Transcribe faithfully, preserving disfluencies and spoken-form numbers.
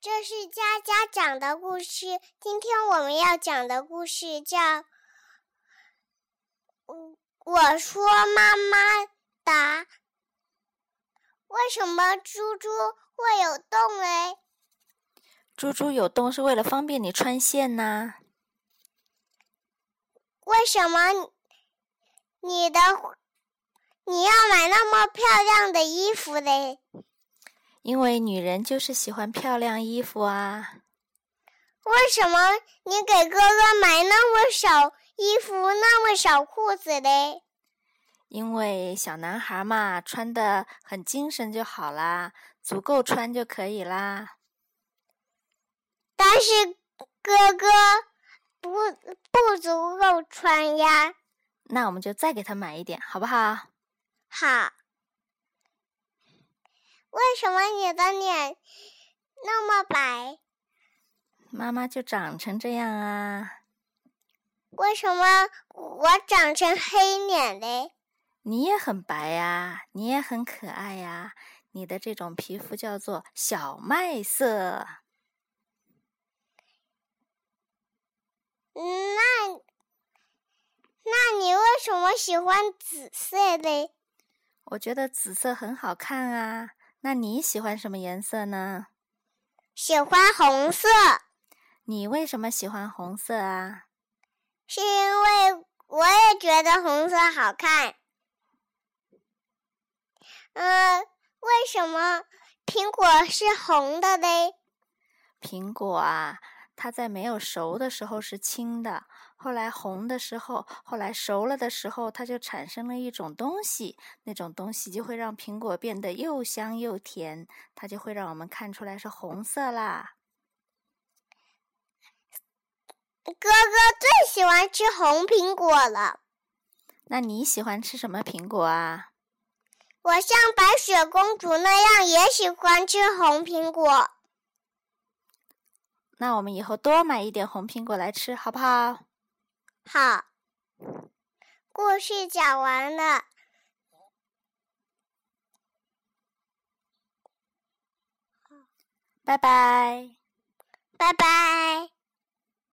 这是佳佳讲的故事。今天我们要讲的故事叫《我说妈妈答》。为什么猪猪会有洞嘞？ 猪猪有洞是为了方便你穿线呢。 为什么你的你要买那么漂亮的衣服嘞？ 因为女人就是喜欢漂亮衣服啊。 为什么你给哥哥买那么少衣服，那么少裤子嘞？ 因为小男孩嘛，穿得很精神就好啦，足够穿就可以啦。 但是哥哥不不足够穿呀。 那我们就再给他买一点，好不好？ 好。为什么你的脸那么白？ 妈妈就长成这样啊。 为什么我长成黑脸嘞？ 你也很白呀，你也很可爱呀，你的这种皮肤叫做小麦色。 那那你为什么喜欢紫色嘞？ 我觉得紫色很好看啊。那你喜欢什么颜色呢？ 喜欢红色。 你为什么喜欢红色啊？ 是因为我也觉得红色好看。呃，为什么苹果是红的嘞？ 苹果啊，它在没有熟的时候是青的，后来红的时候，后来熟了的时候，它就产生了一种东西，那种东西就会让苹果变得又香又甜，它就会让我们看出来是红色啦。 哥哥最喜欢吃红苹果了。 那你喜欢吃什么苹果啊？ 我像白雪公主那样也喜欢吃红苹果。 那我们以后多买一点红苹果来吃，好不好？ 好。故事讲完了。 拜拜。 拜拜。